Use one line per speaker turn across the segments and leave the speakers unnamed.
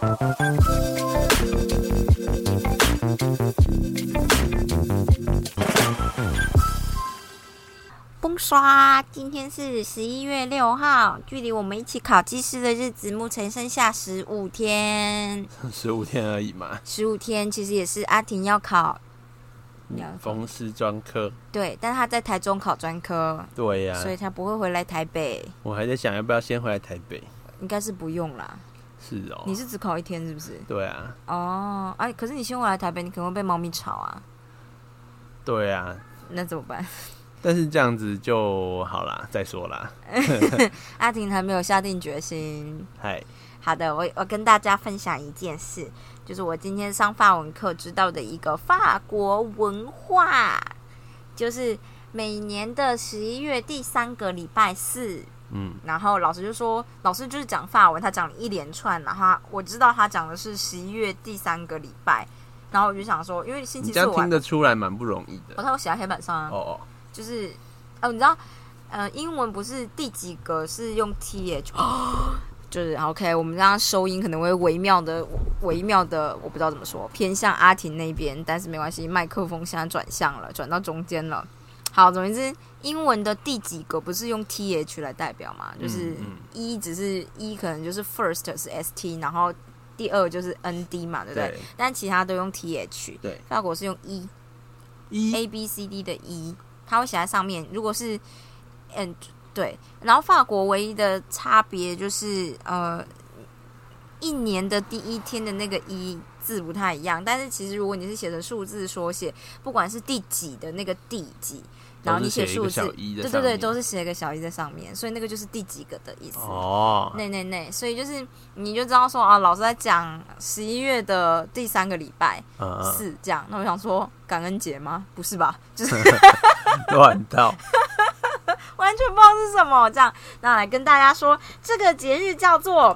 崩刷！今天是11月6号，距离我们一起考技师的日子目前剩下15天。
15天而已嘛。
15天其实也是阿婷要考
风湿专科。
对，但他在台中考专科。
对呀、
所以他不会回来台北。
我还在想要不要先回来台北。
应该是不用啦。
是哦。
你是只考1天是不是？
对啊。
哦，哎，可是你先回来台北，你可能会被猫咪吵啊。
对啊。
那怎么办？
但是这样子就好啦，再说啦。
阿婷还没有下定决心。
嗨，
好的，我跟大家分享一件事，就是我今天上法文课知道的一个法国文化，就是每年的11月第3个礼拜四。然后老师就说，老师就是讲法文，他讲了一连串，然后我知道他讲的是11月第3个礼拜，然后我就想说，因为星期四我
你这样听得出来蛮不容易的。
我写在黑板上啊。
哦。
就是你知道英文不是第几个是用 th， 就是 OK， 我们这样收音可能会微妙的，我不知道怎么说，偏向阿婷那边，但是没关系，麦克风现在转向了，转到中间了。好，总之英文的第几个不是用 th 来代表嘛？就是只是可能就是 first 是 st， 然后第二就是 nd 嘛，对不对？但其他都用 th。对，法国是用 a b c d 的 e。它会写在上面，如果是对，然后法国唯一的差别就是一年的第一天的那个一字不太一样，但是其实如果你是写成数字缩写，不管是第几的那个第几，然后你写数字，对，都是写一个小一在上面，所以那个就是第几个的意思。哦，那，所以就是你就知道说啊，老师在讲11月的第3个礼拜四这样。那我想说，感恩节吗？不是吧？就是
乱套，
完全不知道是什么。这样，那来跟大家说，这个节日叫做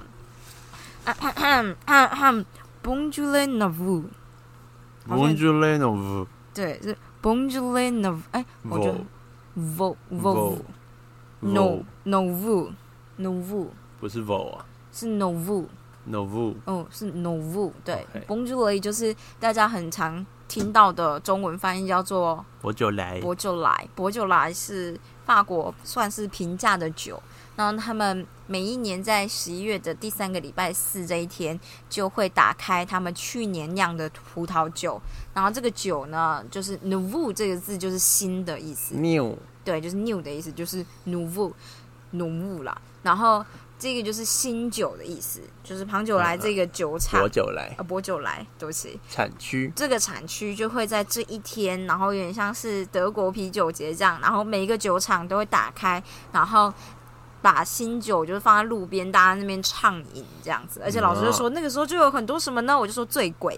Bonjour les Nouveaux。Bonjour
les Nouveaux。
对，是 Bonjour les Nouveaux。哎，我觉得 Nouveau
不是 Vo 啊，
是 Nouveau。哦，是 Nouveau。对 ，Bonjour 就是大家很常听到的中文翻译叫做
薄酒来。
薄酒来是法国算是平价的酒，然后他们每一年在11月的第3个礼拜四这一天就会打开他们去年酿的葡萄酒，然后这个酒呢，就是 nouveau 这个字就是新的意思
，new，
对，就是 new 的意思，就是 nouveau 啦，然后这个就是新酒的意思，就是庞酒来这个酒厂，薄酒来，对不起，
产区，
这个产区就会在这一天，然后有点像是德国啤酒节这样，然后每一个酒厂都会打开，然后把新酒就是放在路边，大家那边畅饮这样子，而且老师就说那个时候就有很多什么呢？我就说醉鬼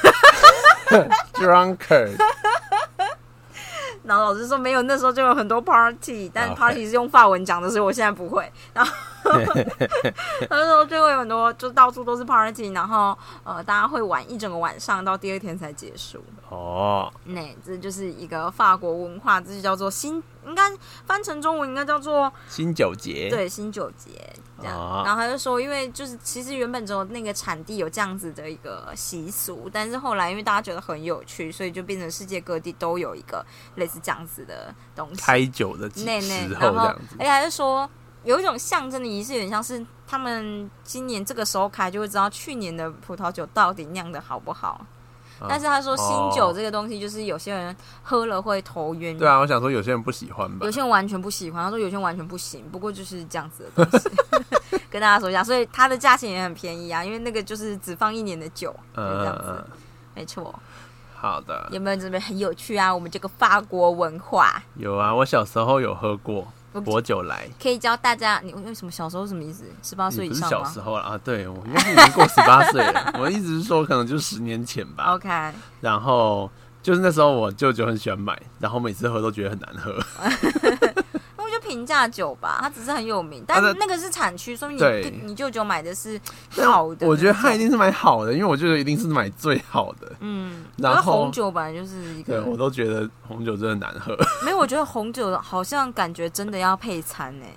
，drunkard。
然后老师说没有，那时候就有很多 party， 但 party 是用法文讲的，所以我现在不会。然后那时候就会有很多，就到处都是 party， 然后大家会玩一整个晚上，到第2天才结束。哦，那这就是一个法国文化，这就叫做应该翻成中文应该叫做
新酒节。
对，新酒节这样。然后他就说，因为就是其实原本只有那个产地有这样子的一个习俗，但是后来因为大家觉得很有趣，所以就变成世界各地都有一个类似这样子的东西，
开酒的时候这样子。
而且还是说有一种象征的仪式，有点像是他们今年这个时候开，就会知道去年的葡萄酒到底酿的好不好。但是他说新酒这个东西，就是有些人喝了会头晕。
对啊，我想说有些人不喜欢吧，
有些人完全不喜欢。他说有些人完全不行，不过就是这样子的东西，跟大家说一下。所以它的价钱也很便宜啊，因为那个就是只放1年的酒，这样子，没错。
好的，
有没有这边很有趣啊？我们这个法国文化
有啊，我小时候有喝过薄酒来，
可以教大家。你为什么小时候什么意思？18岁以上吗？
不是小时候了啊，对，我应该是已经过18岁了。我意思是说，可能就10年前吧。
OK，
然后就是那时候我舅舅很喜欢买，然后每次喝都觉得很难喝。
我觉得平价酒吧，它只是很有名，但那个是产区，说明你舅舅买的是好的。
我觉得他一定是买好的，因为我舅舅一定是买最好的。然后
红酒本来就是一个，
对我都觉得红酒真的难喝。
没有，我觉得红酒好像感觉真的要配餐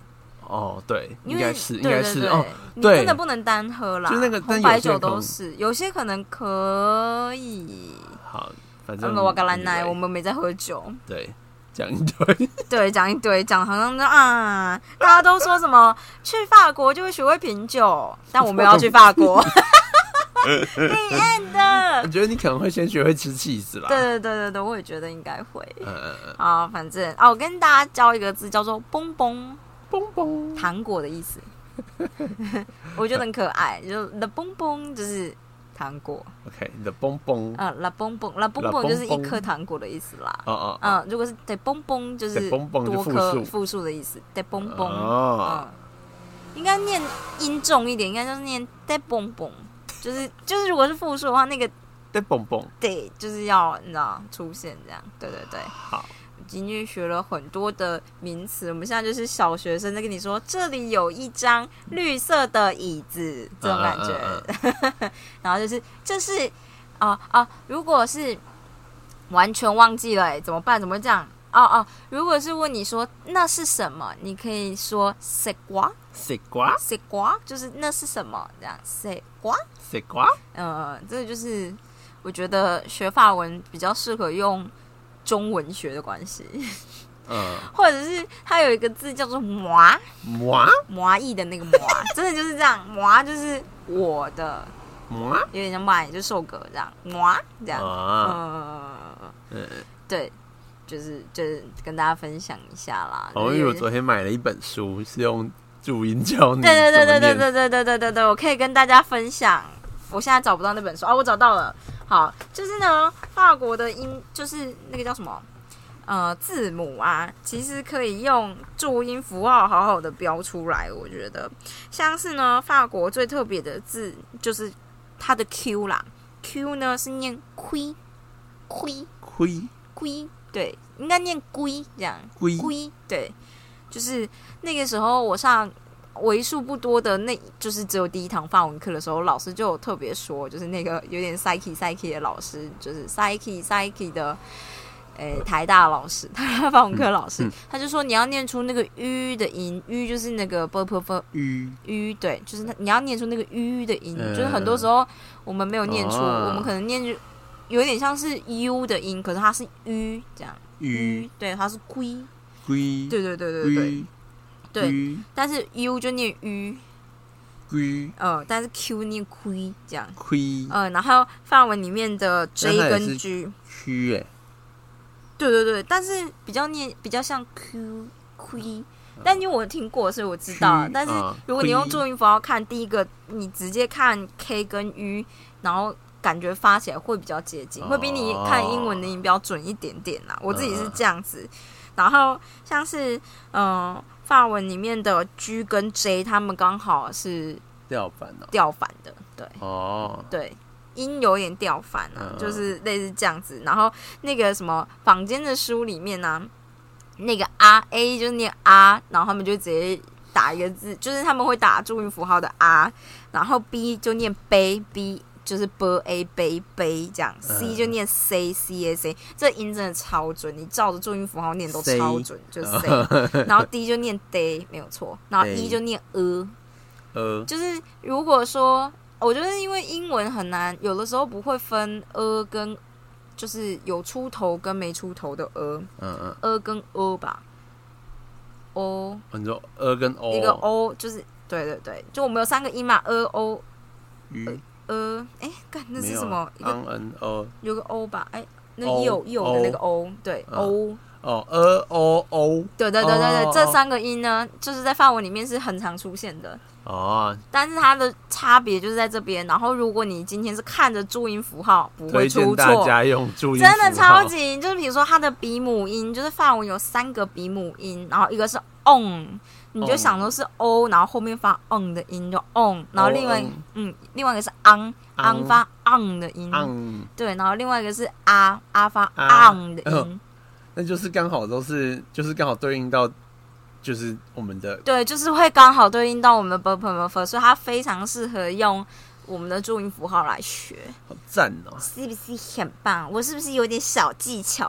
哦，对，
因为
应该是
对
哦，
你
对，
真的不能单喝啦，
就那个
红白酒都是，有些可能可以。
好，反正
我跟兰奶，我们没在喝酒。
对，讲一堆，
对，讲一堆，讲好像啊，大家都说什么去法国就会学会品酒，但我们要去法国。The end。
我觉得你可能会先学会吃起司啦。
对，我也觉得应该会。好，反正我跟大家教一个字，叫做蹦蹦，
蹦蹦，
糖果的意思。我觉得很可爱，就 the 蹦蹦就是糖果。
OK， 你的蹦蹦
，la 蹦蹦，la 蹦蹦就是一颗糖果的意思啦。如果是 the 蹦蹦就是多颗复数的意思。the 蹦蹦，应该念音重一点，应该就是念 the 蹦蹦。就是如果是复数的话，那个
对蹦蹦，
对，就是要你知道出现这样，对。
好，
今天学了很多的名词，我们现在就是小学生在跟你说，这里有一张绿色的椅子，这种感觉。然后就是如果是完全忘记了，怎么办？怎么会这样？如果是问你说那是什么，你可以说 c'est quoi，就是那是什么这样 c'est quoi，这个就是我觉得学法文比较适合用中文学的关系。或者是它有一个字叫做moi，意的那个moi，真的就是这样moi就是我的moi，有点像moi就受格这样moi这样，对。就是跟大家分享一下啦。
因为我昨天买了一本书，是用注音教你。
对，我可以跟大家分享。我现在找不到那本书我找到了。好，就是呢，法国的音就是那个叫什么字母其实可以用注音符号好好的标出来。我觉得像是呢，法国最特别的字就是它的 Q 啦 ，Q 呢是念亏。对，应该念龟这样。龟，对，就是那个时候我上为数不多的就是只有第一堂法文课的时候，老师就有特别说，就是那个有点 psyche 的老师，就是 psyche 的台大老师，台大法文课老师，他就说你要念出那个 u 的音 ，u 就是那个 u， 对，就是你要念出那个 u 的音，就是很多时候我们没有念出，我们可能念有点像是 u 的音，可是它是 u 这样 u， 对，它是龟，对，但是 u 就念 u， 但是 q 念亏这样，然后法文里面的 j 跟 g， 对，但是比较像 q 亏。但因为我听过，所以我知道。但是如果你用注音符号看，第一个你直接看 k 跟 u， 然后感觉发起来会比较接近，会比你看英文的音标准一点点啦。我自己是这样子。然后像是法文里面的 G 跟 J， 他们刚好是调反的，对。对，音有点调反就是类似这样子。然后那个什么坊间的书里面呢，那个 A 就是念然后他们就直接打一个字，就是他们会打注音符号的然后 B 就念杯 B。就是 b a 杯这样 ，c 就念 c， 这音真的超准，你照着注音符号念都超准，就是 c。然后 d 就念 d， 没有错。然后 e 就念就是如果说，我觉得因为英文很难，有的时候不会分跟，就是有出头跟没出头的跟吧。
你说跟 o，
一个 o 就是对，就我们有3个音嘛那是什么？一个有个 o 吧？那有的那个 o， 对 o。对，这3个音呢，就是在法文里面是很常出现的。但是它的差别就是在这边。然后，如果你今天是看着注音符号，不会出错。推荐
大家用注音符号，
真的超级。就是比如说它的鼻母音，就是法文有3个鼻母音，然后一个是 on。你就想说是 o， 然后后面发 on 的音就 on， 然后另外一个是 on 发 on 的音，对，然后另外一个是发 on 的音，
那就是刚好就是刚好对应到就是我们的，
对，就是会刚好对应到我们的 verb， 所以它非常适合用我们的注音符号来学。
好赞哦！
是不是很棒？我是不是有点小技巧了？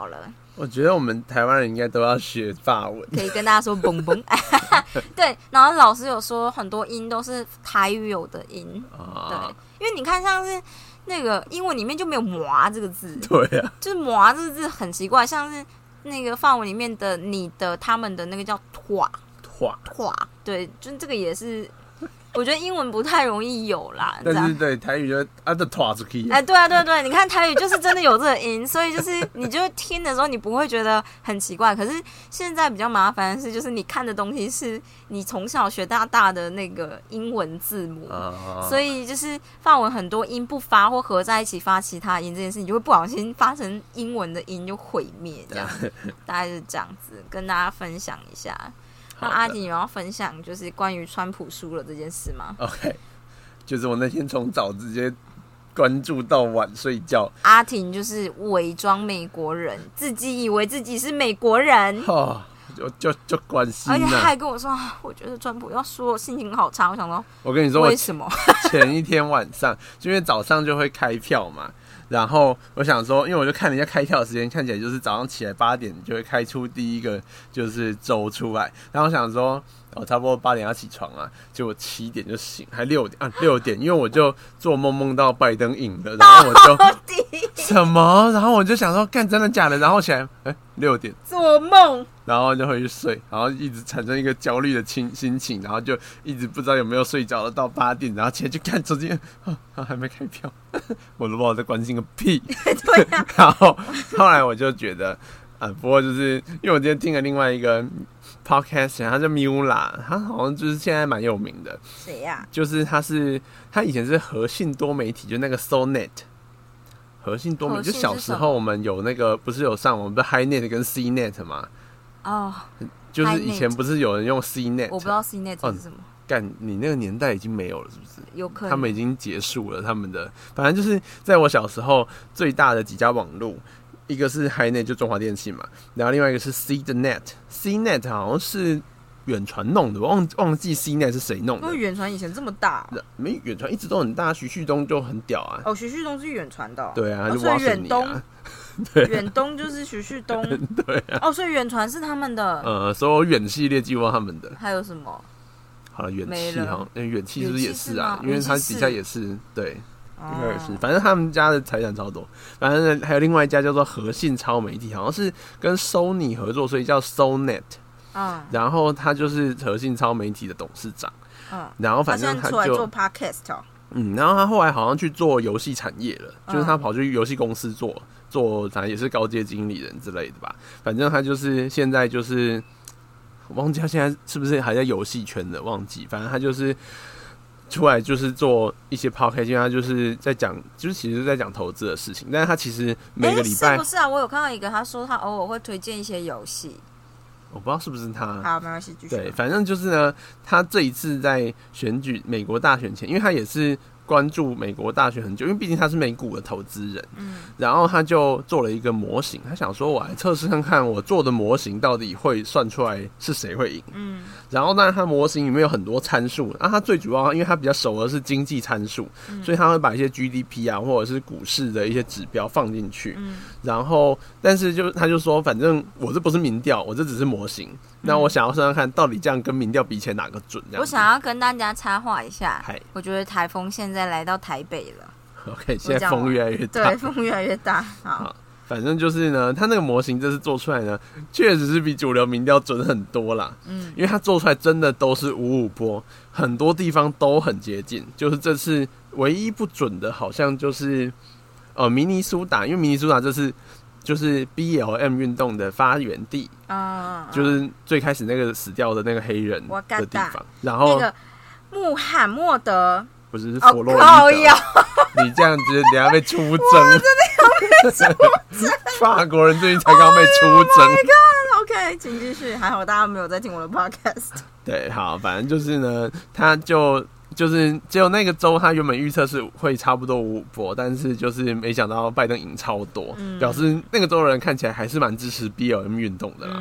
我觉得我们台湾人应该都要学法文，
可以跟大家说蹦蹦。对，然后老师有说很多音都是台语有的音，对，因为你看像是那个英文里面就没有麻这个字，
对啊，
就是麻这个字很奇怪，像是那个法文里面的你的他们的那个叫拓，对，就这个也是。我觉得英文不太容易有啦，
但是对台语就的拖出去，
对啊，对，你看台语就是真的有这个音，所以就是你就听的时候你不会觉得很奇怪。可是现在比较麻烦的是，就是你看的东西是你从小学到大的那个英文字母，所以就是法文很多音不发或合在一起发其他音这件事情，就会不小心发成英文的音就毁灭这样，大概是这样子跟大家分享一下。那阿婷有要分享就是关于川普输了这件事吗
？OK， 就是我那天从早直接关注到晚睡觉。
阿婷就是伪装美国人，自己以为自己是美国人，
就关心，
而且他还跟我说，我觉得川普要输，我心情好差。我想说，
我跟你说，
为什么？
前一天晚上，就因为早上就会开票嘛。然后我想说，因为我就看人家开票的时间，看起来就是早上起来8点就会开出第一个就是州出来。然后我想说，差不多8点要起床啊，结果7点就醒，还6点，因为我就做梦到拜登赢了，然后我就什么，然后我就想说，干真的假的？然后起来，6点
做梦，
然后就回去睡，然后一直产生一个焦虑的心情，然后就一直不知道有没有睡着了，到8点，然后起来就看手机，还没开票，我都不知道在关心个屁。
对啊。
然后后来我就觉得，不过就是因为我今天听了另外一个 podcast， 他叫 Mula， 他好像就是现在蛮有名的。
谁呀？
就是他以前是和信多媒体，就那个 SoNet。和信多媒体就小时候我们有那个不是有上我们不是 HiNet 跟 CNet 吗？就是以前不是有人用 CNet，
我不知道 CNet 是什么。
干，你那个年代已经没有了，是不是？
有可能。
他们已经结束了他们的，反正就是在我小时候最大的几家网路，一个是 HiNet 就中华电信嘛，然后另外一个是 CNet 好像是远传弄的，我忘记 CNet 是谁弄的。
因为远传以前这么大，
没远传一直都很大，徐旭东就很屌啊。
徐旭东是远传的。
对啊，他就
所以
远东，对，
远东就是徐旭东。
对啊。
所以远传是他们的。
所有远系列几乎他们的。
还有什么？
好了，远气好像，远气是不是也是啊？
是
因为它底下也是对。应该也是，反正他们家的财产超多。反正还有另外一家叫做和信超媒体，好像是跟 Sony 合作，所以叫 SoNet。然后他就是和信超媒体的董事长。然后反正他就
出来做 podcast。
然后他后来好像去做游戏产业了，就是他跑去游戏公司做，反正也是高阶经理人之类的吧。反正他就是现在就是我忘记他现在是不是还在游戏圈的，忘记。反正他就是出来就是做一些 podcast， 因为他就是在讲，就是其实是在讲投资的事情。但是他其实每个礼拜
是不是啊？我有看到一个，他说他偶尔会推荐一些游戏，
我不知道是不是他。
好，没关系，继续。
对，反正就是呢，他这一次在选举美国大选前，因为他也是关注美国大选很久，因为毕竟他是美股的投资人。然后他就做了一个模型，他想说我来测试看看我做的模型到底会算出来是谁会赢。然后当然他模型里面有很多参数，他最主要因为他比较熟的是经济参数，所以他会把一些 GDP 啊或者是股市的一些指标放进去。然后但是他就说反正我这不是民调，我这只是模型，那我想要算算看到底这样跟民调比起来哪个准。这样我
想要跟大家插话一下，我觉得台风现在来到台北了。
OK， 现在风越来越大。
对，风越来越大。好，
反正就是呢，他那个模型这次做出来呢，确实是比主流民调准很多啦。因为他做出来真的都是5-5波，很多地方都很接近。就是这次唯一不准的，好像就是明尼苏达，因为明尼苏达这次就是 BLM 运动的发源地，就是最开始那个死掉的那个黑人的地方。然后
那个穆罕默德。
不是佛洛伊德，你这样子等下被出征，
我真的要被出征。
法国人最近才刚被出征。
OK， 请继续。还好大家没有在听我的 podcast。
对，好，反正就是呢，他就是只有那个州，他原本预测是会差不多5-5波，但是就是没想到拜登赢超多，表示那个州的人看起来还是蛮支持 BLM 运动的啦。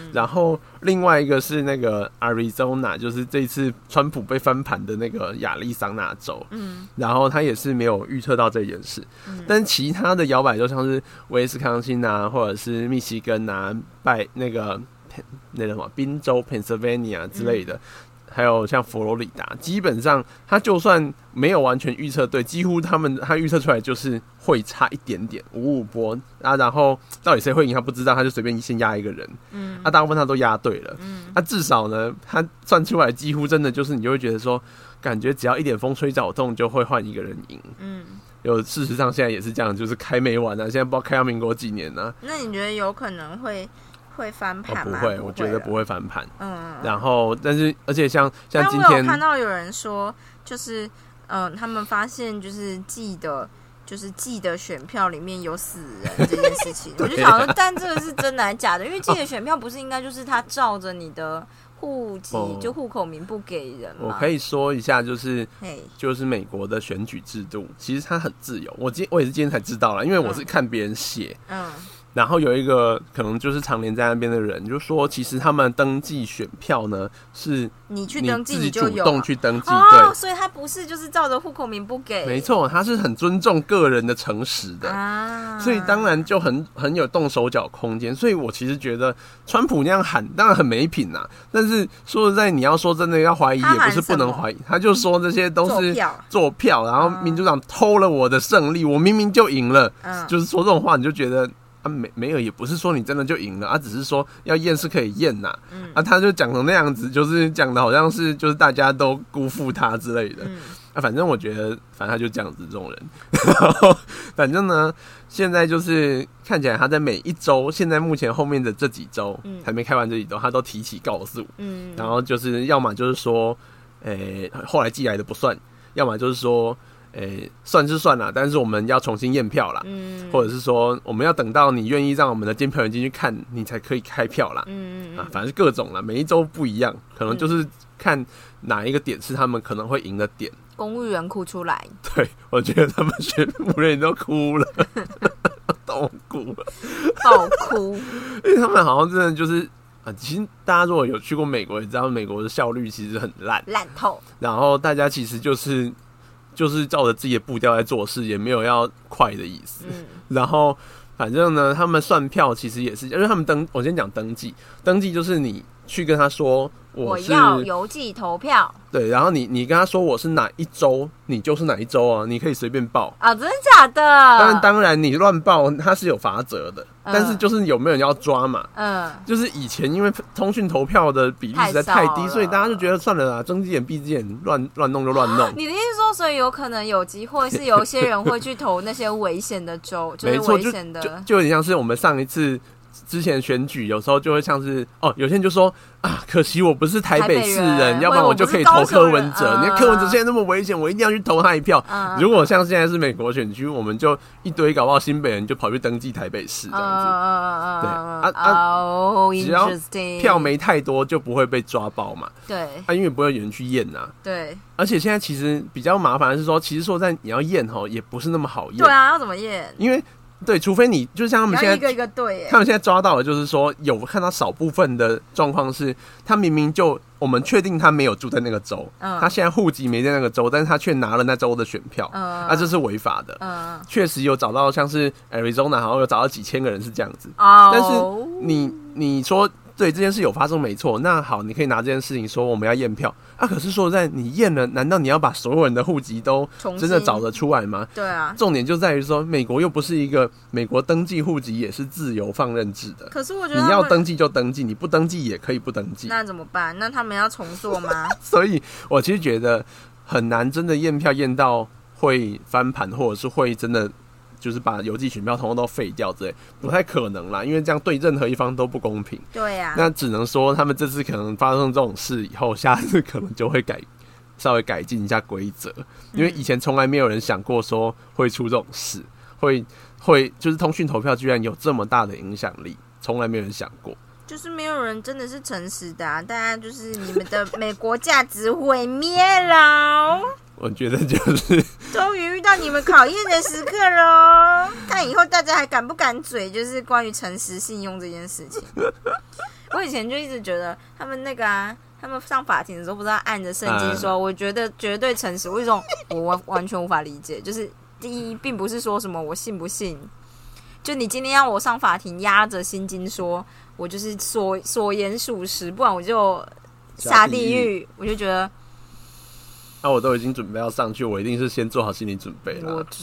然后另外一个是那个 Arizona， 就是这一次川普被翻盘的那个亚利桑那州，然后他也是没有预测到这件事，但其他的摇摆州像是威斯康星啊，或者是密西根啊，那个什么宾州 Pennsylvania 之类的。还有像佛罗里达，基本上他就算没有完全预测对，几乎他预测出来就是会差一点点，5-5波啊。然后到底谁会赢他不知道，他就随便先压一个人，大部分他都压对了，至少呢，他算出来几乎真的就是你就会觉得说，感觉只要一点风吹草动就会换一个人赢，事实上现在也是这样，就是开没完啊，现在不知道开到民国几年啊。
那你觉得有可能会翻盘吗？
不会，我觉得不会翻盘。然后，而且像今天，
我有看到有人说，就是他们发现就是寄的选票里面有死人这件事情，我就想说，但这个是真的还是假的？因为寄的选票不是应该就是他照着你的户籍就户口名簿给人吗？
我可以说一下，就是美国的选举制度，其实它很自由。我也是今天才知道啦，因为我是看别人写，然后有一个可能就是常年在那边的人就说，其实他们登记选票呢是
你去登记
你
就有，
自己主动去登记，
对，所以他不是就是照着户口名簿给，
没错，他是很尊重个人的诚实的，所以当然就很有动手脚空间。所以我其实觉得川普那样喊当然很没品啊，但是说实在，你要说真的要怀疑也不是不能怀疑，他就说这些都是做票，然后民主党偷了我的胜利，我明明就赢了，就是说这种话你就觉得。没有，也不是说你真的就赢了，只是说要验是可以验呐，他就讲成那样子，就是讲的好像是就是大家都辜负他之类的，反正我觉得，反正他就这样子这种人，然后反正呢，现在就是看起来他在每一周，现在目前后面的这几周还没开完这几周，他都提起告诉，然后就是要么就是说，后来寄来的不算，要么就是说。算是算啦，但是我们要重新验票啦，或者是说我们要等到你愿意让我们的监票员进去看，你才可以开票啦，反正是各种啦，每一周不一样，可能就是看哪一个点是他们可能会赢的点。
公务员哭出来，
对，我觉得他们选务人都哭了，都哭了，
爆哭，
因为他们好像真的就是其实大家如果有去过美国，也知道美国的效率其实很烂
透，然
后大家其实就是照着自己的步调在做事，也没有要快的意思。然后反正呢，他们算票其实也是，因为他们我先讲登记就是你去跟他说我
要邮寄投票，
对，然后你跟他说我是哪一州，你就是哪一州啊，你可以随便报
啊，真的假的？
但当然你乱报它是有罚则的，但是就是有没有人要抓嘛？就是以前因为通讯投票的比例实在太低，所以大家就觉得算了啦，睁只眼闭只眼，乱弄就乱弄。
你的意思说，所以有可能有机会是有些人会去投那些危险的州，就是危险的，
就有点像是我们上一次。之前选举有时候就会像是有些人就说啊，可惜我不是台北市人，要不然我就可以投柯文哲。你看柯文哲现在那么危险，我一定要去投他一票。如果像现在是美国选区，我们就一堆搞不好新北人就跑去登记台北市这样子。对只要票没太多就不会被抓包嘛。
对
因为不会有人去验啊。
对，
而且现在其实比较麻烦的是说，其实说在你要验也不是那么好验。
对啊，要怎么验？
因为对，除非你就像他们现在
一个一个对耶，
他们现在抓到的就是说有看到少部分的状况是，他明明就我们确定他没有住在那个州，他现在户籍没在那个州，但是他却拿了那州的选票，这是违法的。确实有找到，像是 Arizona 好像有找到几千个人是这样子，但是你说。对这件事有发生没错，那好，你可以拿这件事情说我们要验票可是说实在你验了，难道你要把所有人的户籍都真的找得出来吗？
对啊，
重点就在于说，美国又不是一个美国登记户籍也是自由放任制的。
可是我觉得
你要登记就登记，你不登记也可以不登记。
那怎么办？那他们要重做吗？
所以我其实觉得很难真的验票验到会翻盘，或者是会真的。就是把邮寄选票统统都废掉之类，不太可能啦，因为这样对任何一方都不公平。
对啊，
那只能说他们这次可能发生这种事以后，下次可能就会稍微改进一下规则，因为以前从来没有人想过说会出这种事，会就是通讯投票居然有这么大的影响力，从来没有人想过。
就是没有人真的是诚实的大家就是你们的美国价值毁灭了。
我觉得就是
终于遇到你们考验的时刻了，看以后大家还敢不敢嘴，就是关于诚实信用这件事情。 我以前就一直觉得他们那个啊，他们上法庭的时候不是要按着圣经说，我觉得绝对诚实，为什么我完全无法理解？就是第一，并不是说什么我信不信，就你今天要我上法庭压着心经说，我就是所言属实，不然我就下地狱，我就觉得。
我都已经准备要上去，我一定是先做好心理准备了。
我就是，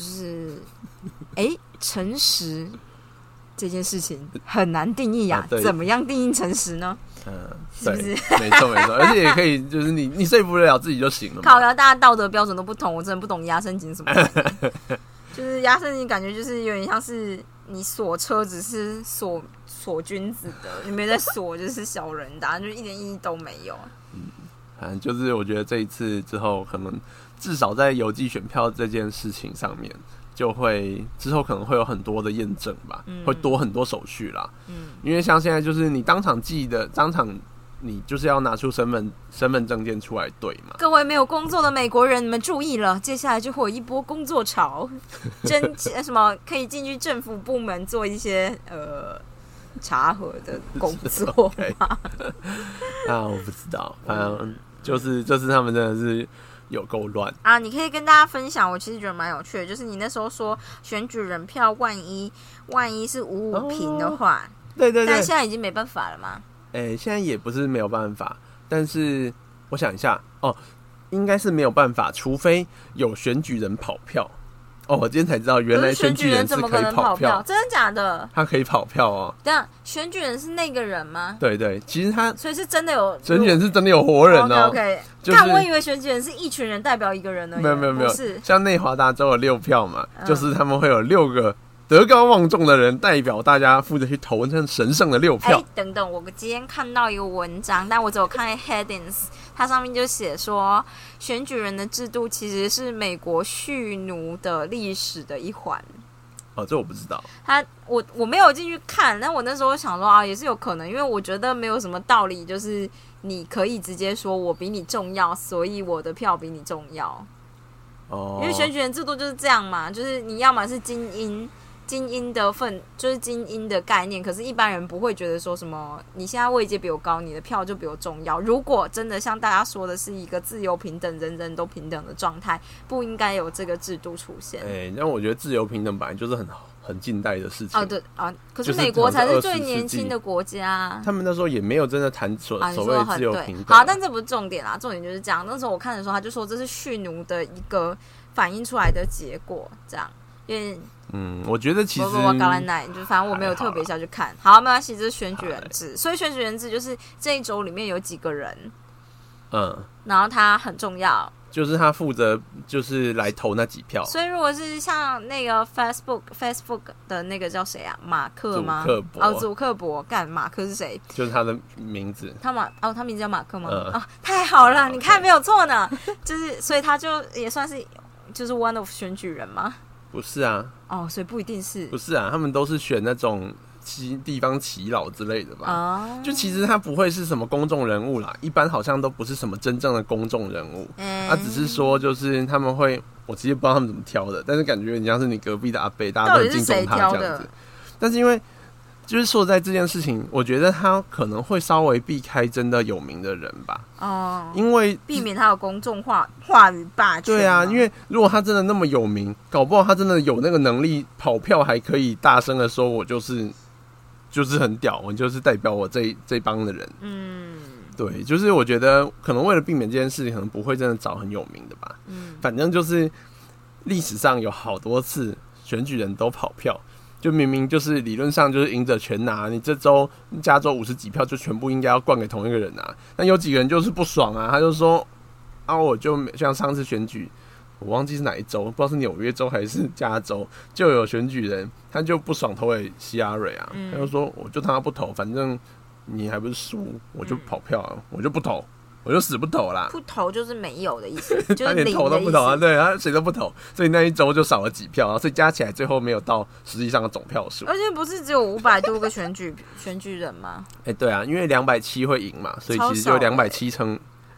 诚实这件事情很难定义啊，怎么样定义诚实呢？
是不是？没错没错，而且也可以，就是你说服得了自己就行了嘛。
靠，大家道德标准都不同，我真的不懂压身井什么的。就是压身井，感觉就是有点像是你锁车只是锁君子的，你没在锁就是小人的，就一点意义都没有。
反正就是我觉得这一次之后，可能至少在邮寄选票这件事情上面，就会之后可能会有很多的验证吧，会多很多手续啦。因为像现在就是你当场寄的，当场你就是要拿出身份证件出来对嘛。
各位没有工作的美国人，你们注意了，接下来就会有一波工作潮，什么可以进去政府部门做一些查核的工作吗？
我不知道，反正就是他们真的是有够乱
啊！你可以跟大家分享，我其实觉得蛮有趣的，就是你那时候说选举人票万一是55坪的话，
对，但
现在已经没办法了吗？
现在也不是没有办法，但是我想一下应该是没有办法，除非有选举人跑票。我今天才知道，原来选举人是可以跑票，
真的假的？
他可以跑票哦。
等一下，选举人是那个人吗？
对，其实所
以是真的有
选举人是真的有活人哦。
OK，
就是
我以为选举人是一群人代表一个人而已。
没有，
是
像内华达州有6票嘛，就是他们会有6个德高望重的人代表大家负责去投那神圣的6票。
等等，我今天看到一个文章，但我只有看 headings， 它上面就写说，选举人的制度其实是美国蓄奴的历史的一环。
这我不知道。
我没有进去看，但我那时候想说也是有可能，因为我觉得没有什么道理，就是你可以直接说我比你重要，所以我的票比你重要。因为选举人制度就是这样嘛，就是你要么是精英的就是精英的概念，可是一般人不会觉得说什么你现在位阶比我高，你的票就比我重要。如果真的像大家说的是一个自由平等，人人都平等的状态，不应该有这个制度出现。
那我觉得自由平等本来就是很近代的事情。
对可是美国才是最年轻的国家，
他们那时候也没有真的谈所谓自由平等。
好，但这不是重点啦，重点就是这样。那时候我看的时候，他就说这是蓄奴的一个反映出来的结果，这样。因为
我觉得其实
我搞烂奶，就反正我没有特别下去看。好，没关系，这是选举人制，所以选举人制就是这一周里面有几个人，然后他很重要，
就是他负责就是来投那几票。
所以如果是像那个 Facebook 的那个叫谁啊，马克吗？祖克伯，干马克是谁？
就是他的名字。
他名字叫马克吗？太好了，你看没有错呢。就是所以他就也算是就是 one of 选举人吗？
不是啊，
所以不一定是。
不是啊，他们都是选那种地方耆老之类的吧。就其实他不会是什么公众人物啦，一般好像都不是什么真正的公众人物。他只是说就是他们会，我其实不知道他们怎么挑的，但是感觉很像是你隔壁的阿伯，大家都很敬重他这样子。但是因为就是说在这件事情，我觉得他可能会稍微避开真的有名的人吧。因为
避免他有公众话语霸权。
对啊，因为如果他真的那么有名，搞不好他真的有那个能力跑票，还可以大声的说我就是很屌，我就是代表我这帮的人。对，就是我觉得可能为了避免这件事情，可能不会真的找很有名的吧。反正就是历史上有好多次选举人都跑票。就明明就是理论上就是赢者全拿，你这州加州50几票就全部应该要灌给同一个人啊，但有几个人就是不爽啊，他就说我就像上次选举，我忘记是哪一州，不知道是纽约州还是加州，就有选举人他就不爽投给希拉蕊啊，他就说我就他不投，反正你还不是输，我就跑票啊，我就不投。我就死不投啦，
不投就是没有的意思，就是
他连投都不投啊，对，他谁都不投，所以那一周就少了几票，所以加起来最后没有到实际上的总票数。
而且不是只有500多个选举人吗？
对啊，因为270会赢嘛，所以其实就270乘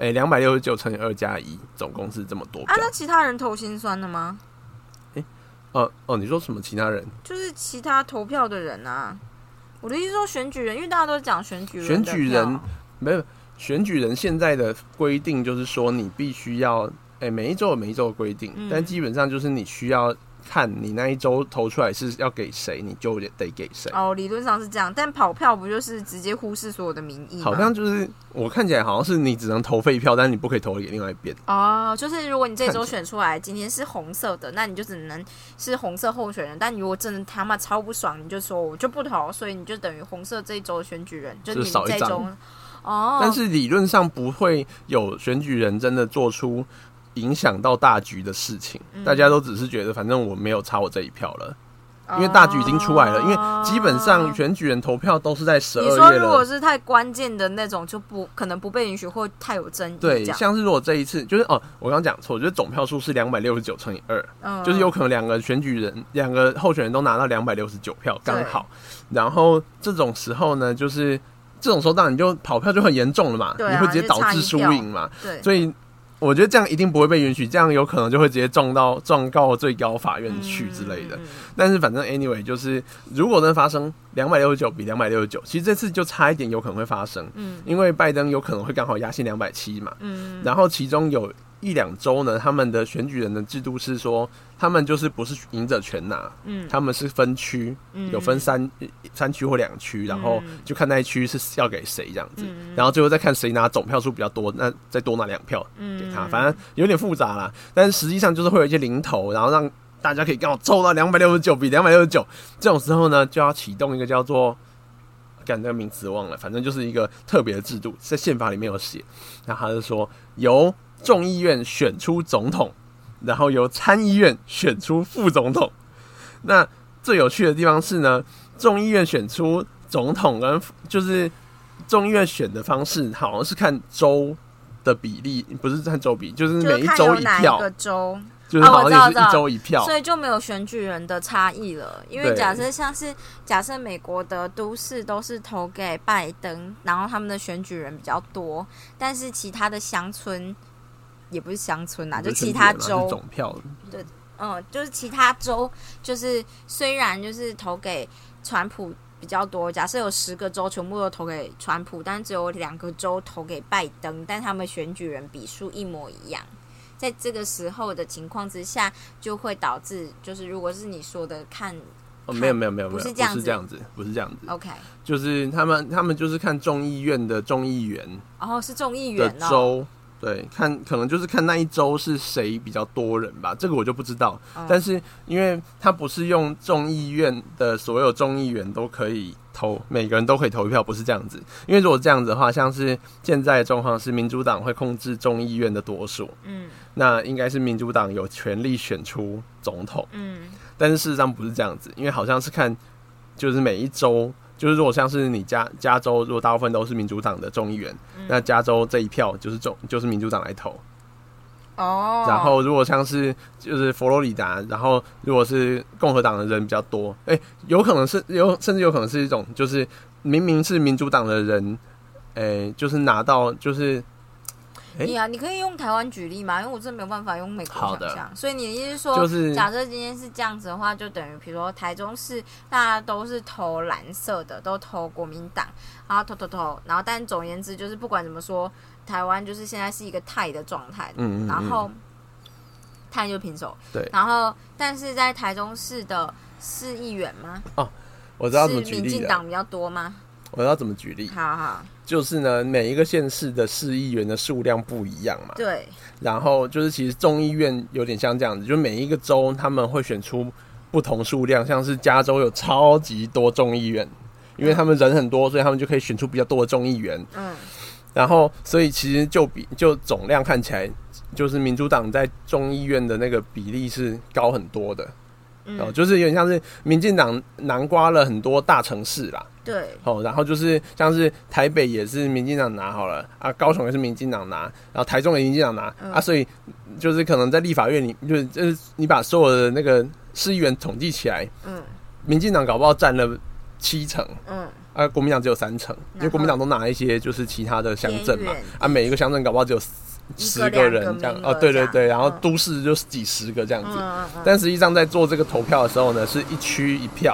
269乘以2+1，总共是这么多票。
那其他人投心酸的吗？
你说什么其他人？
就是其他投票的人啊。 我的意思说选举人，因为大家都讲选举人，
选举人没有选举人现在的规定就是说你必须要，每一周有每一周的规定，但基本上就是你需要看你那一周投出来是要给谁，你就得给谁。
哦，理论上是这样，但跑票不就是直接忽视所有的民意吗？
好像就是我看起来好像是你只能投废票，但是你不可以投给另外一边。
哦，就是如果你这周选出来今天是红色的，那你就只能是红色候选人。但你如果真的他妈超不爽，你就说我就不投，所以你就等于红色这一周的选举人就是你这一周。哦，
但是理论上不会有选举人真的做出影响到大局的事情，大家都只是觉得反正我没有差我这一票了，因为大局已经出来了。因为基本上选举人投票都是在12月了。
你说如果是太关键的那种，就可能不被允许或太有争议。
对，像是如果这一次就是我刚刚讲错，就是总票数是269乘以2，就是有可能两个候选人都拿到269票刚好。然后这种时候呢，就是这种时候当然你就跑票就很严重了嘛，你会直接导致输赢嘛。对，所以我觉得这样一定不会被允许，这样有可能就会直接状告最高法院去之类的。但是反正 anyway 就是如果真的发生269比269，其实这次就差一点有可能会发生，因为拜登有可能会刚好压线270嘛。然后其中有1-2周呢，他们的选举人的制度是说，他们就是不是赢者全拿，他们是分区，有分三区或2区，然后就看那一区是要给谁这样子，然后最后再看谁拿总票数比较多，那再多拿2票给他，反正有点复杂啦。但是实际上就是会有一些零头，然后让大家可以刚好凑到269比269，这种时候呢，就要启动一个叫做那个名词忘了，反正就是一个特别的制度，在宪法里面有写。然后他就说由众议院选出总统，然后由参议院选出副总统。那最有趣的地方是呢，众议院选出总统跟就是众议院选的方式好像是看州的比例，不是看州比，就是每一州一票。就是好像也是1周1票，
所以就没有选举人的差异了。因为假设美国的都市都是投给拜登，然后他们的选举人比较多，但是其他的乡村也不是乡村啦，就其他州
总票，
对，就是其他州，就是虽然就是投给川普比较多，假设有10个州全部都投给川普，但只有2个州投给拜登，但他们选举人比数一模一样。在这个时候的情况之下，就会导致就是如果是你说的看
没有，
不是这样子，
不是这样子。
OK，
就是他们就是看众议院的众议员，
是众议员
的州，对，可能就是看那一州是谁比较多人吧，这个我就不知道。但是因为他不是用众议院的所有众议员都可以投，每个人都可以投一票，不是这样子。因为如果这样子的话，像是现在的状况是民主党会控制众议院的多数，那应该是民主党有权利选出总统，但是事实上不是这样子，因为好像是看就是每一州。就是如果像是你加州，如果大部分都是民主党的众议员，那加州这一票就是民主党来投。然后如果像是就是佛罗里达，然后如果是共和党的人比较多，有可能是甚至有可能是一种就是明明是民主党的人，就是拿到就是。
你可以用台湾举例吗？因为我真的没有办法用美国想象。所以你的意思是说，假设今天是这样子的话，就等于比如说台中市大家都是投蓝色的，都投国民党，然后投，然后但总而言之就是不管怎么说，台湾就是现在是一个tie的状态，然后tie就平手，
对，
然后但是在台中市的市议员吗？
我知道怎么举例了。是
民进党比较多吗？
我知道怎么举例。
好。
就是呢，每一个县市的市议员的数量不一样嘛。
对。
然后就是其实众议院有点像这样子，就每一个州他们会选出不同数量，像是加州有超级多众议员，因为他们人很多，所以他们就可以选出比较多的众议员。然后所以其实就总量看起来，就是民主党在众议院的那个比例是高很多的。就是有点像是民进党囊括了很多大城市啦。
对。
然后就是像是台北也是民进党拿好了啊，高雄也是民进党拿，然后台中也民进党拿啊，所以就是可能在立法院里，就是你把所有的那个市议员统计起来，民进党搞不好占了70%，国民党只有3%，因为国民党都拿一些就是其他的乡镇嘛，每一个乡镇搞不好只有10个人这样，对，然后都市就几十个这样子，但实际上在做这个投票的时候呢，是1区1票，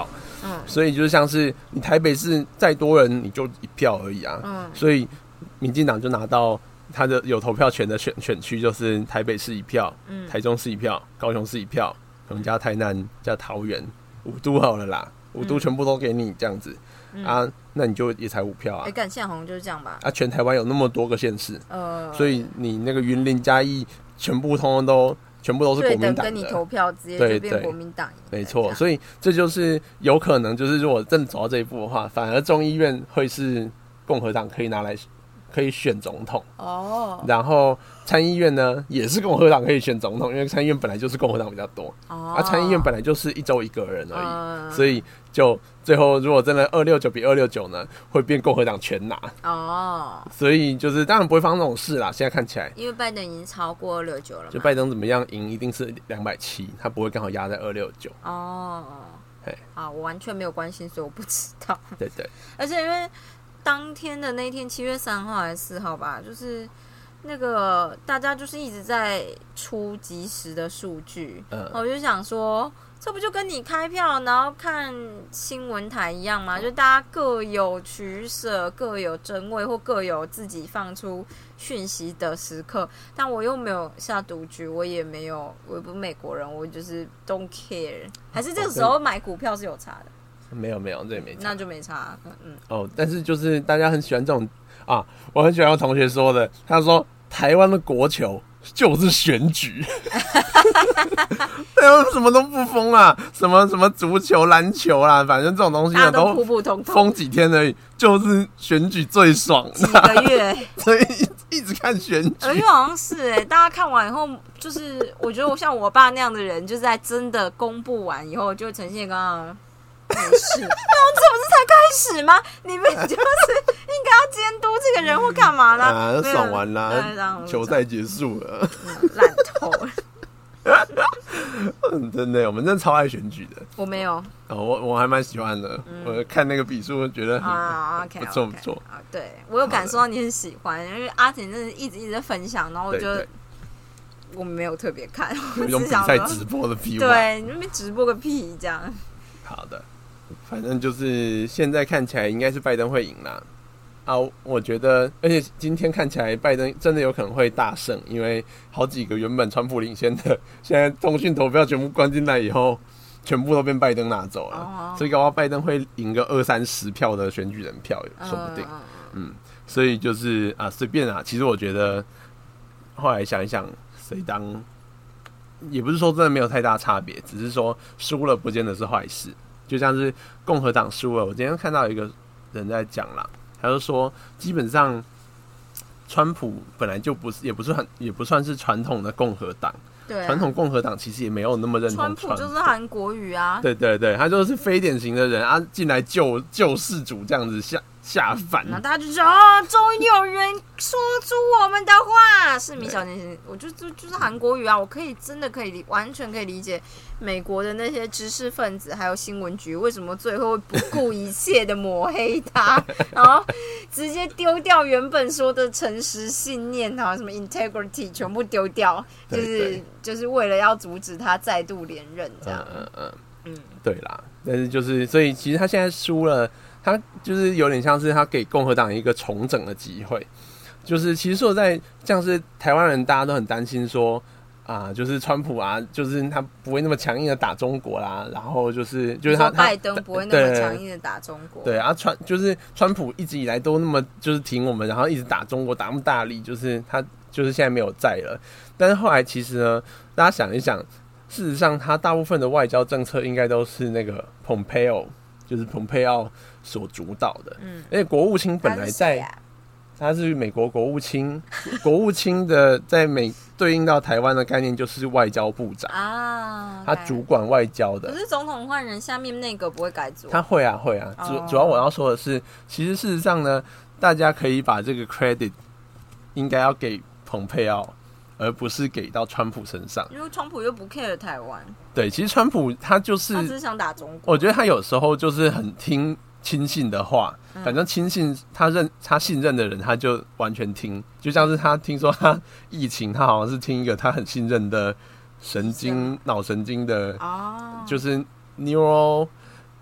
所以就像是你台北市再多人你就一票而已啊，所以民进党就拿到他的有投票权的选区，就是台北市一票，台中市一票，高雄市一票，可能加台南加桃园，5都好了啦，5都全部都给你这样子。啊，那你就也才5票啊！
干现在好像就是这样吧？
啊，全台湾有那么多个县市，所以你那个云林嘉义全部都是国民党的，
跟你投票直接就变国民党赢，
没错。所以这就是有可能，就是如果真的走到这一步的话，反而众议院会是共和党可以选总统哦，然后参议院呢也是共和党可以选总统，因为参议院本来就是共和党比较多，参议院本来就是1州1个人而已，所以就最后如果真的269比269呢，会变共和党全拿哦，所以就是当然不会发生这种事啦。现在看起来，
因为拜登已经超过269了嘛，
就拜登怎么样赢一定是270，他不会刚好压在269哦。
好，我完全没有关心，所以我不知道。
对，
而且因为当天的那一天7月3号还是4号吧，就是那个大家就是一直在出即时的数据，我就想说，这不就跟你开票然后看新闻台一样吗？就大家各有取舍，各有争位，或各有自己放出讯息的时刻。但我又没有下赌局，我也不是美国人，我就是 don't care。还是这个时候买股票是有差的？没有，
这也没差，
那就没差。
但是就是大家很喜欢这种啊，我很喜欢我同学说的，他说台湾的国球就是选举，台湾什么都不封啊，什么足球、篮球啦，反正这种东西
都普普通通，
封几天而已，就是选举最爽，
几个月，
所以一直看选举。
而且好像是大家看完以后，就是我觉得我像我爸那样的人，就是在真的公布完以后，就呈现刚刚。没事，这不是才开始吗？你们就是应该要监督这个人或干嘛呢？
爽完啦，球赛结束了，
烂透了。
真的，我们真的超爱选举的。
我没有，
我还蛮喜欢的。我看那个比数，觉得不错不错。
对，我有感受到你很喜欢，因为阿婷真的一直在分享，然后我就我没有特别看，
用比赛直播的屁，
对，你那边直播个屁这样。
好的。反正就是现在看起来应该是拜登会赢啦啊！我觉得，而且今天看起来拜登真的有可能会大胜，因为好几个原本川普领先的，现在通讯投票全部关进来以后，全部都被拜登拿走了，所以搞不好拜登会赢个20-30票的选举人票，说不定。所以就是啊，随便啊。其实我觉得后来想一想，谁当也不是说真的没有太大差别，只是说输了不见得是坏事。就像是共和党输了，我今天看到一个人在讲啦，他就说基本上川普本来就也不算是传统的共和党，对、传统共和党其实也没有那么认同川普，
就是韩国瑜啊，
对，他就是非典型的人啊，进来救世主这样子下凡，
那大家就说终于有人说出我们的话，是米小年，我就是韩国瑜啊，我真的可以完全可以理解美国的那些知识分子还有新闻局为什么最后会不顾一切的抹黑他，然后直接丢掉原本说的诚实信念啊，什么 integrity 全部丢掉，就是为了要阻止他再度连任这样。
对啦，但是就是所以其实他现在输了。他就是有点像是他给共和党一个重整的机会，就是其实说在像是台湾人大家都很担心说啊，就是川普啊，就是他不会那么强硬的打中国啦，然后就是他
拜登不会那么强硬的打中国，
对啊，川普一直以来都那么就是挺我们，然后一直打中国打那么大力，就是他就是现在没有在了，但是后来其实呢，大家想一想，事实上他大部分的外交政策应该都是那个Pompeo，就是蓬佩奥所主导的，而且国务卿本来他是美国国务卿，国务卿的在对应到台湾的概念就是外交部长啊，他主管外交的。
可是总统换人，下面内阁不会改组？
他会啊，主要我要说的是，其实事实上呢，大家可以把这个 credit 应该要给蓬佩奥，而不是给到川普身上，
因为川普又不 care 台湾。
对，其实川普他只是想打中国。我觉得他有时候就是很听亲信的话，反正亲信他信任的人，他就完全听。就像是他听说他疫情，他好像是听一个他很信任的脑神经的，就是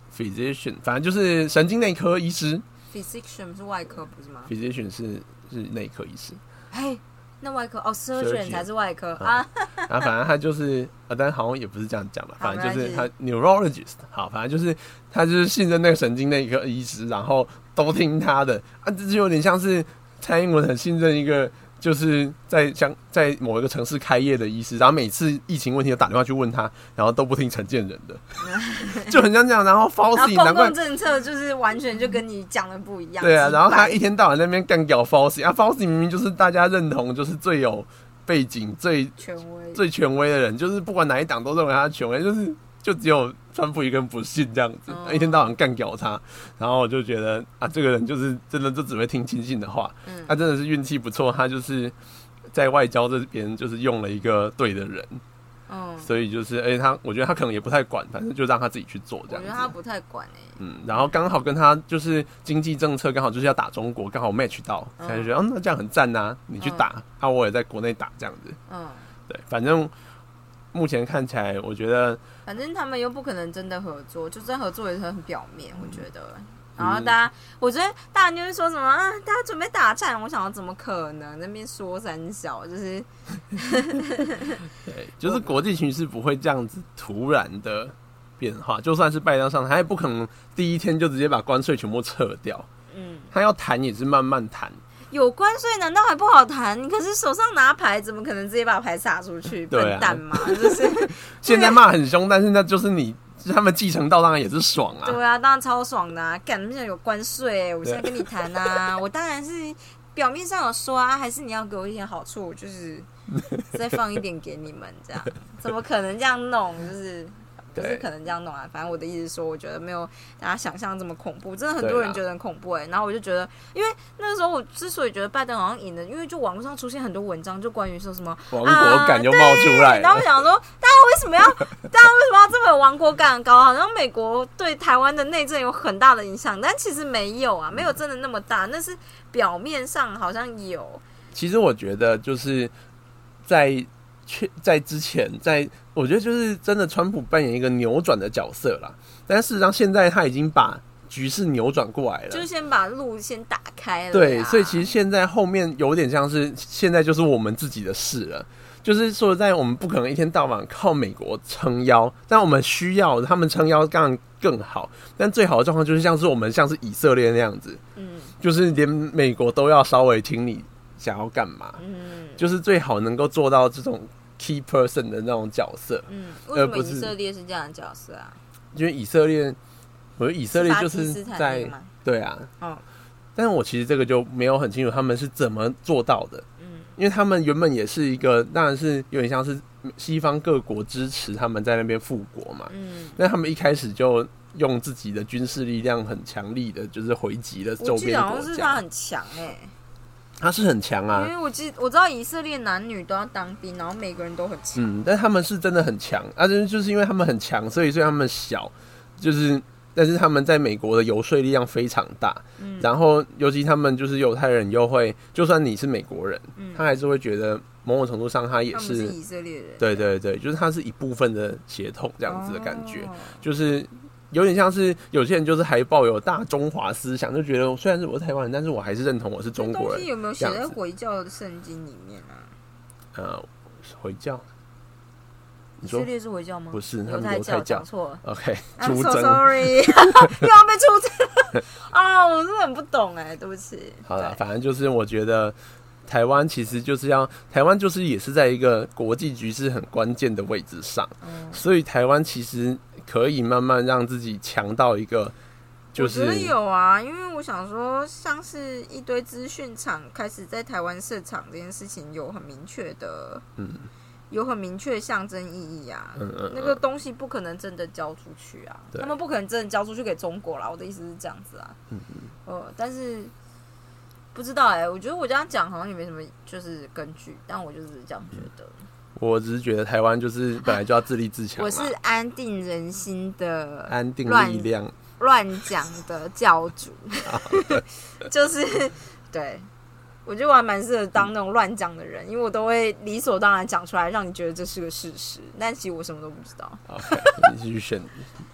physician， 反正就是神经内科医师。
physician 是外科不是吗
？physician 是内科医师。
嘿，那外科哦 ，surgeon 才是外科啊。
然后反正他就是但好像也不是这样讲吧，反正就是他 neurologist。好，反正就是他就是信任那个神经内科医师，然后都听他的啊，这就有点像是蔡英文很信任一个。就是在某一个城市开业的医师，然后每次疫情问题都打电话去问他，然后都不听陈建仁的，就很像这样。然后 Fauci
公共政策就是完全就跟你讲的不一样。
对啊，然后他一天到晚在那边干掉 Fauci 啊 ，Fauci 明明就是大家认同就是最有背景、最权威的人，就是不管哪一党都认为他权威，就只有川普一个人不信这样子，一天到晚干掉他，然后我就觉得啊，这个人就是真的就只会听亲信的话，他真的是运气不错，他就是在外交这边就是用了一个对的人，所以就是我觉得他可能也不太管，反正就让他自己去做这样子。
我觉得他不太管
然后刚好跟他就是经济政策刚好就是要打中国，刚好 match 到，他就觉得那这样很赞啊，你去打，我也在国内打这样子，对，反正。目前看起来，我觉得，
反正他们又不可能真的合作，就算合作也是很表面，我觉得。然后我觉得大家就会说什么大家准备打战，我想要怎么可能那边说三小，就是，
对，就是国际形势不会这样子突然的变化，就算是拜登上台，他也不可能第一天就直接把关税全部撤掉，他要谈也是慢慢谈。
有关税难道还不好谈？你可是手上拿牌，怎么可能直接把牌撒出去？笨蛋嘛，就是
现在骂很凶，但是那就是他们继承到当然也是爽啊。
对啊，当然超爽的啊！干，现在有关税，我现在跟你谈啊，我当然是表面上有说啊，还是你要给我一点好处，就是再放一点给你们，这样怎么可能这样弄？就是不是可能这样弄啊？反正我的意思是说，我觉得没有大家想象这么恐怖，真的很多人觉得很恐怖然后我就觉得，因为那个时候我之所以觉得拜登好像赢了，因为就网络上出现很多文章，就关于说什么
亡国感就冒出来了。
然后我想说，大家为什么要这么有亡国感高？好像美国对台湾的内政有很大的影响，但其实没有啊，没有真的那么大，那是表面上好像有。
其实我觉得就是在之前，我觉得就是真的，川普扮演一个扭转的角色啦。但事实上，现在他已经把局势扭转过来了，
就是先把路先打开了。
对，所以其实现在后面有点像是现在就是我们自己的事了。就是说，在我们不可能一天到晚靠美国撑腰，但我们需要他们撑腰，当然更好。但最好的状况就是像是以色列那样子，就是连美国都要稍微听你想要干嘛，就是最好能够做到这种 key person 的那种角色。
为什么以色列是这样的角色啊？
因为我觉得以色列就是在对啊，但是我其实这个就没有很清楚他们是怎么做到的。因为他们原本也是一个，当然是有点像是西方各国支持他们在那边复国嘛。但他们一开始就用自己的军事力量很强力的，就是回击了周边国家。我记得好像是
他很强
他是很强啊，
因为我知道以色列男女都要当兵，然后每个人都很强。
但他们是真的很强啊，就是因为他们很强，所以他们小，但是他们在美国的游说力量非常大，然后尤其他们就是犹太人又会，就算你是美国人，他还是会觉得某种程度上他也是
以色列人，
对对对，就是他是一部分的血统这样子的感觉，就是有点像是有些人就是还抱有大中华思想，就觉得虽然是我是台湾人，但是我还是认同我是中国人。这
东西有没有写在回教的圣经里面啊？
回教。
以色列是回教吗？
不是，他们犹太教。
讲错了。
OK，
I'm so sorry， 又要被出征了我真的很不懂对不起。
好了，反正就是我觉得台湾其实就是台湾就是也是在一个国际局势很关键的位置上，所以台湾其实可以慢慢让自己强到一个。我觉
得有啊，因为我想说，像是一堆资讯厂开始在台湾设厂这件事情，有很明确的，有很明确的象征意义啊。那个东西不可能真的交出去啊，他们不可能真的交出去给中国啦。我的意思是这样子啊。但是不知道我觉得我这样讲好像也没什么就是根据，但我就是这样觉得。
我只是觉得台湾就是本来就要自立自强。
我是安定人心的
安定力量。
乱讲的教主就是对，我觉得我还蛮适合当那种乱讲的人，因为我都会理所当然讲出来，让你觉得这是个事实，但其实我什么都不知道。
你继续选。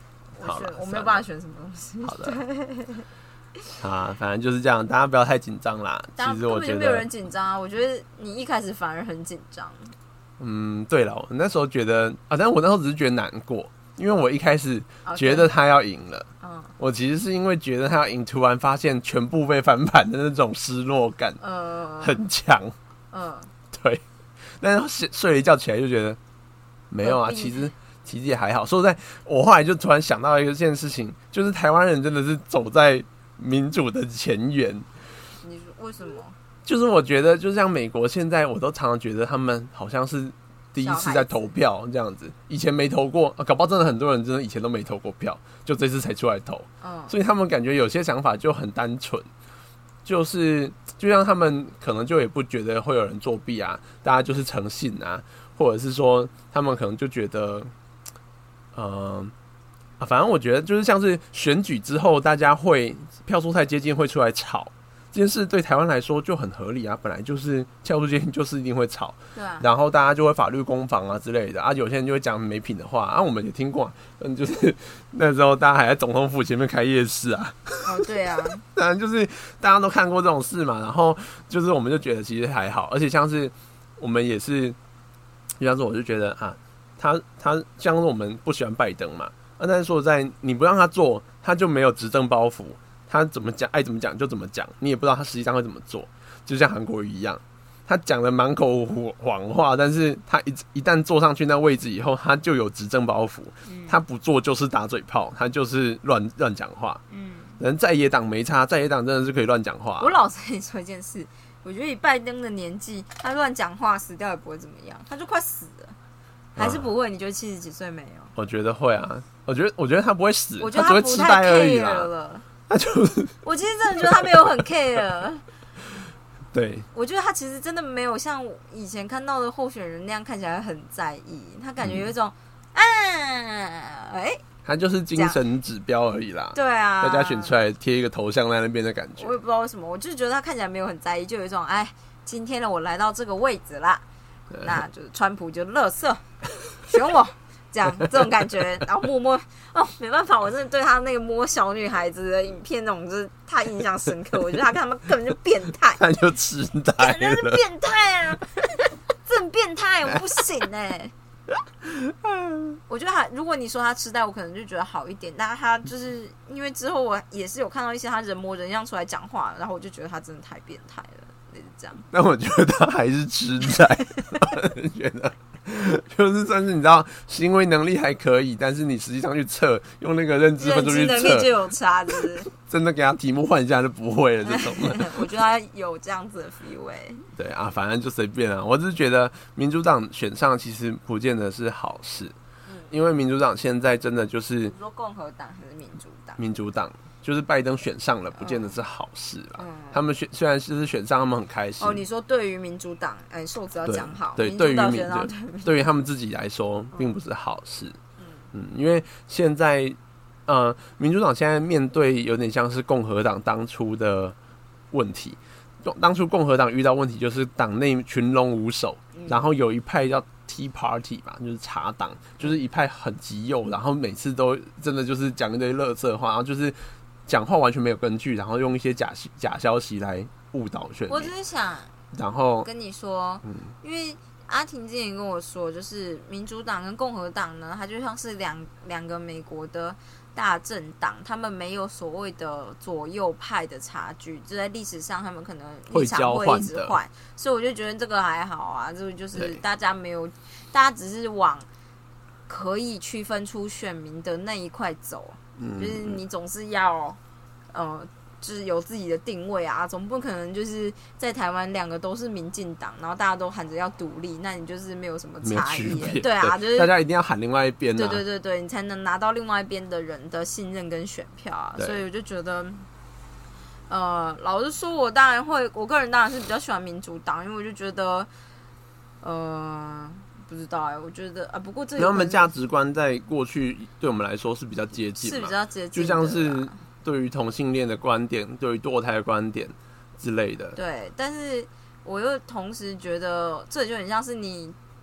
好了，
我没有办法选什么东西。
好的，反正就是这样，大家不要太紧张啦。其实我觉得
没有人紧张啊，我觉得你一开始反而很紧张。
对了，我那时候觉得但是我那时候只是觉得难过，因为我一开始觉得他要赢了。我其实是因为觉得他要赢，突然发现全部被翻盘的那种失落感，很强。对。但是睡了一觉起来就觉得没有啊，其实也还好。所以我后来就突然想到一件事情，就是台湾人真的是走在民主的前沿。
你说为什么？就是
我觉得，就像美国现在，我都常常觉得他们好像是第一次在投票这样子，以前没投过，搞不好真的很多人真的以前都没投过票，就这次才出来投。所以他们感觉有些想法就很单纯，就像他们可能就也不觉得会有人作弊啊，大家就是诚信啊，或者是说他们可能就觉得，反正我觉得就是像是选举之后，大家会票数太接近会出来吵。这件事对台湾来说就很合理啊，本来就是票数接近就是一定会吵，
对啊，
然后大家就会法律攻防啊之类的啊，有些人就会讲没品的话啊，我们也听过，就是那时候大家还在总统府前面开夜市啊，
对啊，
当然就是大家都看过这种事嘛，然后就是我们就觉得其实还好，而且像是我们也是，就像是我就觉得他像是我们不喜欢拜登嘛，但是说你不让他做，他就没有执政包袱。他怎么讲，爱怎么讲就怎么讲，你也不知道他实际上会怎么做，就像韩国瑜一样，他讲的满口谎话，但是他一旦坐上去那位置以后，他就有执政包袱，他不做就是打嘴炮，他就是乱讲话。人在野党没差，在野党真的是可以乱讲话。
我老实跟你说一件事，我觉得以拜登的年纪，他乱讲话死掉也不会怎么样，他就快死了，还是不会？你觉得70几岁没有？
我觉得会啊，我觉得他不会死，
我觉得
他只会痴呆而已啦。他就是，
我其实真的觉得他没有很 care。
对，
我觉得他其实真的没有像以前看到的候选人那样看起来很在意，他感觉有一种
他就是精神指标而已啦。
对啊，
大家选出来贴一个头像在那边的感觉。
我也不知道为什么，我就是觉得他看起来没有很在意，就有一种今天呢我来到这个位置啦，那就是川普就垃圾，选我。这种感觉，然后摸没办法，我真的对他那个摸小女孩子的影片那种就是太印象深刻。我觉得他根本就变态，
他就痴呆了，
真的是变态啊，真变态，我不行我觉得如果你说他痴呆，我可能就觉得好一点，但他就是因为之后我也是有看到一些他人模人样出来讲话，然后我就觉得他真的太变态了，类似这样。
但我觉得他还是痴呆，觉得。就是算是你知道行为能力还可以，但是你实际上去测，用那个认知分数去测，
认知能力就有差，是不是？
真的给他题目换一下就不会了这种
我觉得他有这样子的 feel。
对啊，反正就随便啊。我只是觉得民主党选上其实不见得是好事，因为民主党现在真的就是你
说共和党还是民主党？
民主党。就是拜登选上了，不见得是好事啦。他们虽然是选上，他们很开心。
你说对于民主党，受旨要讲好。
对，对于他们自己来说，并不是好事。因为现在，民主党现在面对有点像是共和党当初的问题。当初共和党遇到问题，就是党内群龙无首，然后有一派叫Tea Party 吧，就是茶党，就是一派很极右，然后每次都真的就是讲一堆垃圾话，然后就是讲话完全没有根据，然后用一些假消息来误导选民。
我只是想，
然后
跟你说，因为阿婷之前跟我说，就是民主党跟共和党呢，它就像是两个美国的大政党，他们没有所谓的左右派的差距，就在历史上他们可能立场会一直换，所以我就觉得这个还好啊，这个就是大家没有，大家只是往可以区分出选民的那一块走。就是你总是要，就是有自己的定位啊，总不可能就是在台湾两个都是民进党，然后大家都喊着要独立，那你就是没有什么差异。对啊，就是
大家一定要喊另外一边啊。
对，你才能拿到另外一边的人的信任跟选票啊。所以我就觉得，老实说，我个人当然是比较喜欢民主党，因为我就觉得，不知道我觉得不过这他
们价值观在过去对我们来说是比较接近嘛，
是比较接近，
就像是对于同性恋的观点，对于堕胎的观点之类的。
对，但是我又同时觉得，这就很像是你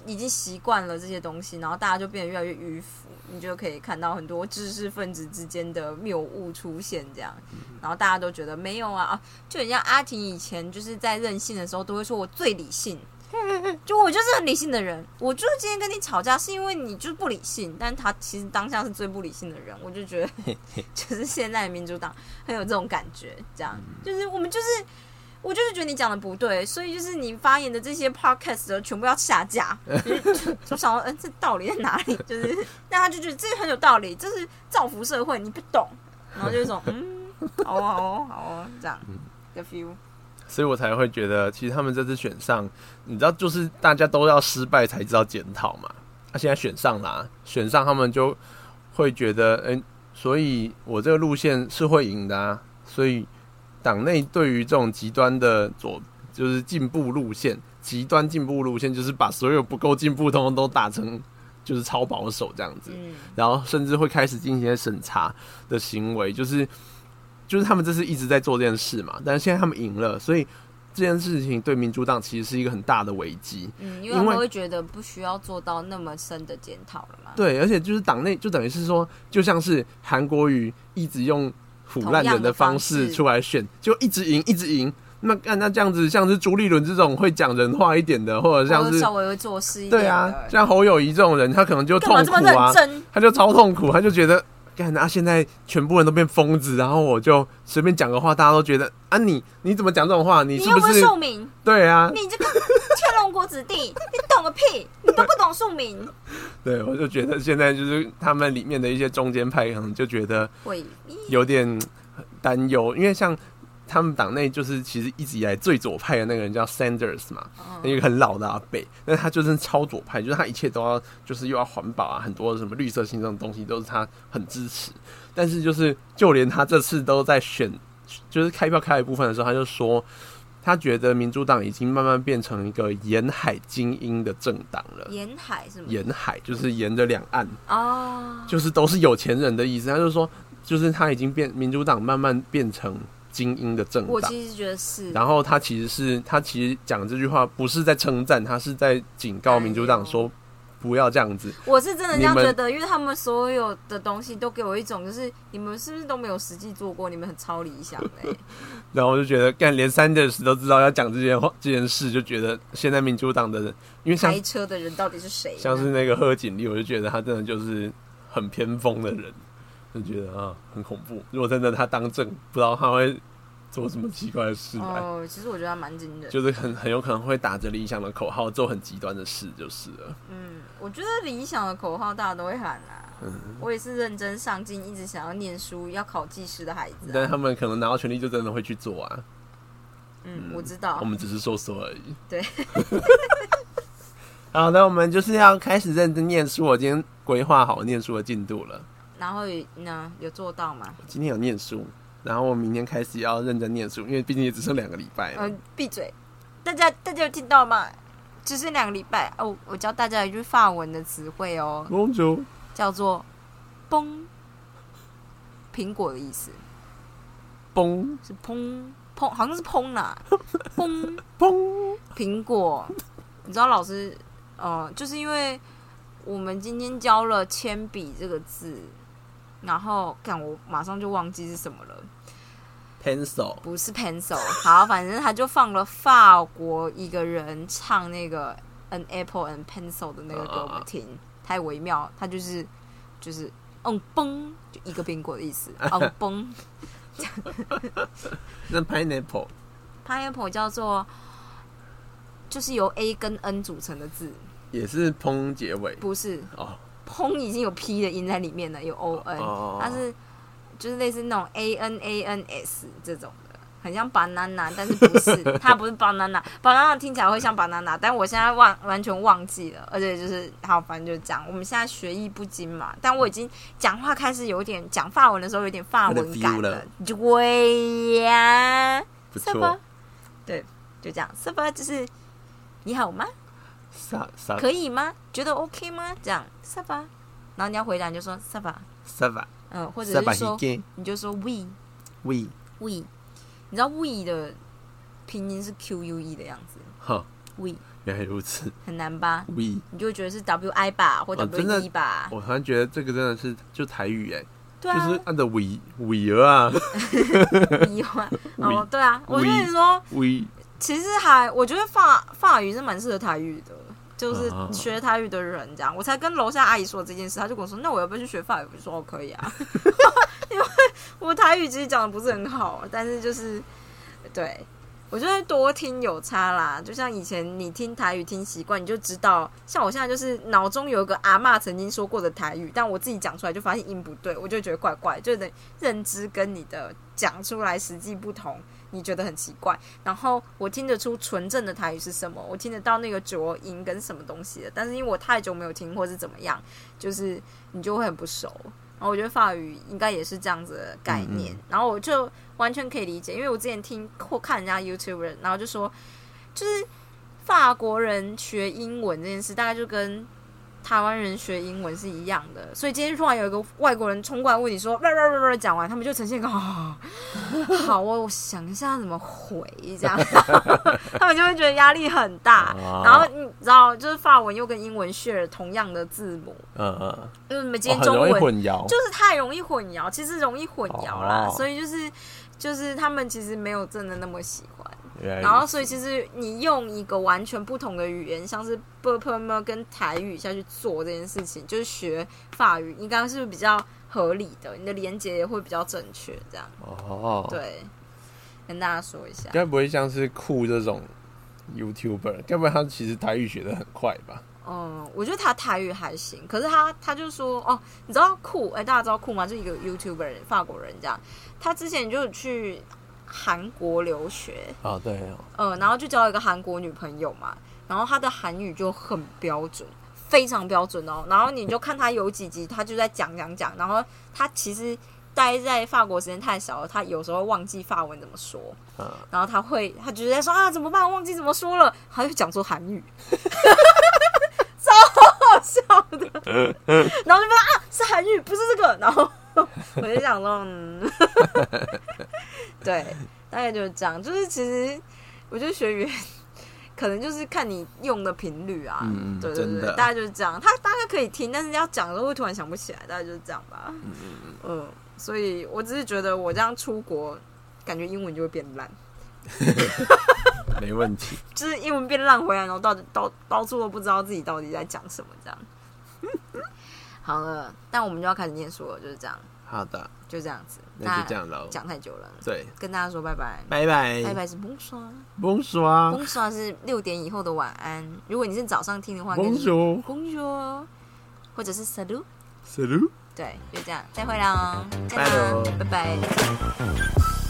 已经习惯了这些东西，然后大家就变得越来越迂腐，你就可以看到很多知识分子之间的谬误出现，这样，然后大家都觉得没有啊，就很像阿婷以前就是在任性的时候都会说我最理性。就我就是很理性的人，我就是今天跟你吵架是因为你就是不理性，但他其实当下是最不理性的人，我就觉得就是现在的民主党很有这种感觉，这样就是我就是觉得你讲的不对，所以就是你发言的这些 podcast 全部要下架，就想说这道理在哪里？就是但他就觉得这很有道理，这是造福社会，你不懂，然后就一种好哦这样的 feel。
所以我才会觉得，其实他们这次选上，你知道，就是大家都要失败才知道检讨嘛。现在选上啦，选上他们就会觉得，所以我这个路线是会赢的啊。所以党内对于这种极端的就是进步路线，极端进步路线，就是把所有不够进步通通都打成就是超保守这样子，然后甚至会开始进行一些审查的行为，就是他们这次一直在做这件事嘛，但是现在他们赢了，所以这件事情对民主党其实是一个很大的危机。
因为他们会觉得不需要做到那么深的检讨了嘛。
对，而且就是党内就等于是说，就像是韩国瑜一直用唬烂人的方式出来选，就一直赢。那这样子，像是朱立伦这种会讲人话一点的，或者像是
稍微会做事一点的，
对啊，像侯友宜这种人，他可能就痛苦啊，他就超痛苦，他就觉得。现在全部人都变疯子，然后我就随便讲个话，大家都觉得啊，你怎么讲这种话？你是不是
庶民？
对啊，
你这个天龙国子弟，你懂个屁！你都不懂庶民。
对，我就觉得现在就是他们里面的一些中间派，可能就觉得有点担忧，因为像他们党内就是其实一直以来最左派的那个人叫 Sanders 嘛，一个很老的阿伯，但他就是超左派，就是他一切都要就是又要环保啊，很多什么绿色新政的东西都是他很支持。但是就连他这次都在选，就是开票开一部分的时候，他就说他觉得民主党已经慢慢变成一个沿海精英的政党了。
沿海是吗？
沿海就是沿着两岸
哦，
就是都是有钱人的意思。他就说，就是他已经民主党慢慢变成精英的政党。
我其实觉得是。
然后他其实讲这句话不是在称赞，他是在警告民主党说不要这样子。
我是真的这样觉得，因为他们所有的东西都给我一种就是你们是不是都没有实际做过，你们很超理想的
然后我就觉得连 Sanders 都知道要讲这件事，就觉得现在民主党的人，因为
开车的人到底是谁？
像是那个贺锦丽，我就觉得他真的就是很偏锋的人。就觉得很恐怖。如果真的他当政，不知道他会做什么奇怪的事来。
其实我觉得他蛮惊人，
就是很有可能会打着理想的口号做很极端的事，就是了。
我觉得理想的口号大家都会喊啊。我也是认真上进，一直想要念书、要考技师的孩子
但他们可能拿到权力就真的会去做啊。
我知道。
我们只是说而已。
对。
好的，我们就是要开始认真念书。我今天规划好念书的进度了。
然后呢，有做到吗？
今天有念书，然后我明天开始要认真念书，因为毕竟也只剩2个礼拜了。
闭嘴！大家有听到吗？只剩2个礼拜哦。我教大家一句法文的词汇哦，叫做“崩”，苹果的意思。
崩
是砰，好像是砰啦，砰
砰，
苹果。你知道老师，就是因为我们今天教了铅笔这个字。然后我马上就忘记是什么了。
pencil
不是 pencil， 好，反正他就放了法国一个人唱那个 an apple and pencil 的那个给我们听，太微妙，他就是崩，就一个苹果的意思，崩。
那 pineapple
叫做就是由 A 跟 N 组成的字，也
是砰结尾，
不是砰已经有 P 的音在里面了，有 ON，它是就是类似那种 ANANS 这种的，很像 banana， 但是不是，它不是 banana 听起来会像 banana， 但我现在完全忘记了，而且就是好，反正就这样。我们现在学艺不精嘛，但我已经讲话开始有点讲法文的时候有点法文感了，对呀，
不错，
对，就这样，是吧？就是你好吗？可以吗？觉得 OK 吗？这样是吧？然后你要回答你就说是吧？
是吧？
或者是说你就说 we。你知道 we 的拼音是 QUE 的样子。
we 原来如此，
很难吧？
we
你就会觉得是 WI 吧，或 WE 吧？
我突然觉得这个真的是就台语
对啊，
就是按的 we 啊
，we 哦，对啊，我跟你说
we
其实我觉得法语是蛮适合台语的，就是学台语的人这样。我才跟楼下阿姨说这件事，她就跟我说：“那我要不要去学法语？”我就说：“可以啊。”因为我台语其实讲的不是很好，但是就是对。我觉得多听有差啦，就像以前你听台语听习惯，你就知道。像我现在就是脑中有一个阿嬷曾经说过的台语，但我自己讲出来就发现音不对，我就觉得怪怪，就认知跟你的讲出来实际不同，你觉得很奇怪。然后我听得出纯正的台语是什么，我听得到那个浊音跟什么东西的，但是因为我太久没有听或是怎么样，就是你就会很不熟。然后我觉得法语应该也是这样子的概念，然后我就完全可以理解，因为我之前听或看人家 YouTuber， 然后就说，就是法国人学英文这件事，大概就跟台湾人学英文是一样的。所以今天突然有一个外国人冲过来问你说，讲完，他们就呈现一个好，我想一下怎么回这样，他们就会觉得压力很大。然后你知道，就是法文又跟英文 share 同样的字母，因为你们今天中文就是太容易混淆，其实容易混淆啦，所以就是他们其实没有真的那么喜欢。然后，所以其实你用一个完全不同的语言，像是 //跟台语下去做这件事情，就是学法语，应该是比较合理的，你的连结也会比较正确。这样对，跟大家说一下，
该不会像是酷这种 YouTuber， 该不然他其实台语学得很快吧？
我觉得他台语还行，可是他就说你知道酷大家知道酷吗？就一个 YouTuber 法国人这样，他之前就去韩国留学
对
然后就交了一个韩国女朋友嘛，然后他的韩语就很标准，非常标准然后你就看他有几集，他就在讲，然后他其实待在法国时间太少了，他有时候忘记法文怎么说，然后他就是在说怎么办，忘记怎么说了，他就讲出韩语，超好笑的，然后就说是韩语，不是这个，然后我就想说对，大概就是这样。就是其实我觉得学语言可能就是看你用的频率啊，对，大概就是这样。他大概可以听，但是要讲的时候会突然想不起来，大概就是这样吧。所以我只是觉得我这样出国，感觉英文就会变烂。
没问题，
就是英文变烂回来，然后到处都不知道自己到底在讲什么，这样。好了，但我们就要开始念书了，就是这样。
好的，
就这样子。
那就这样喽。
讲太久了，
对，
跟大家说拜拜。
拜拜，
拜拜是
bonsoir，bonsoir，
bonsoir 是6点以后的晚安。如果你是早上听的话
，bonjour，bonjour，
或者是
salut，salut，
对，就这样，再会啦，
拜喽，
拜拜。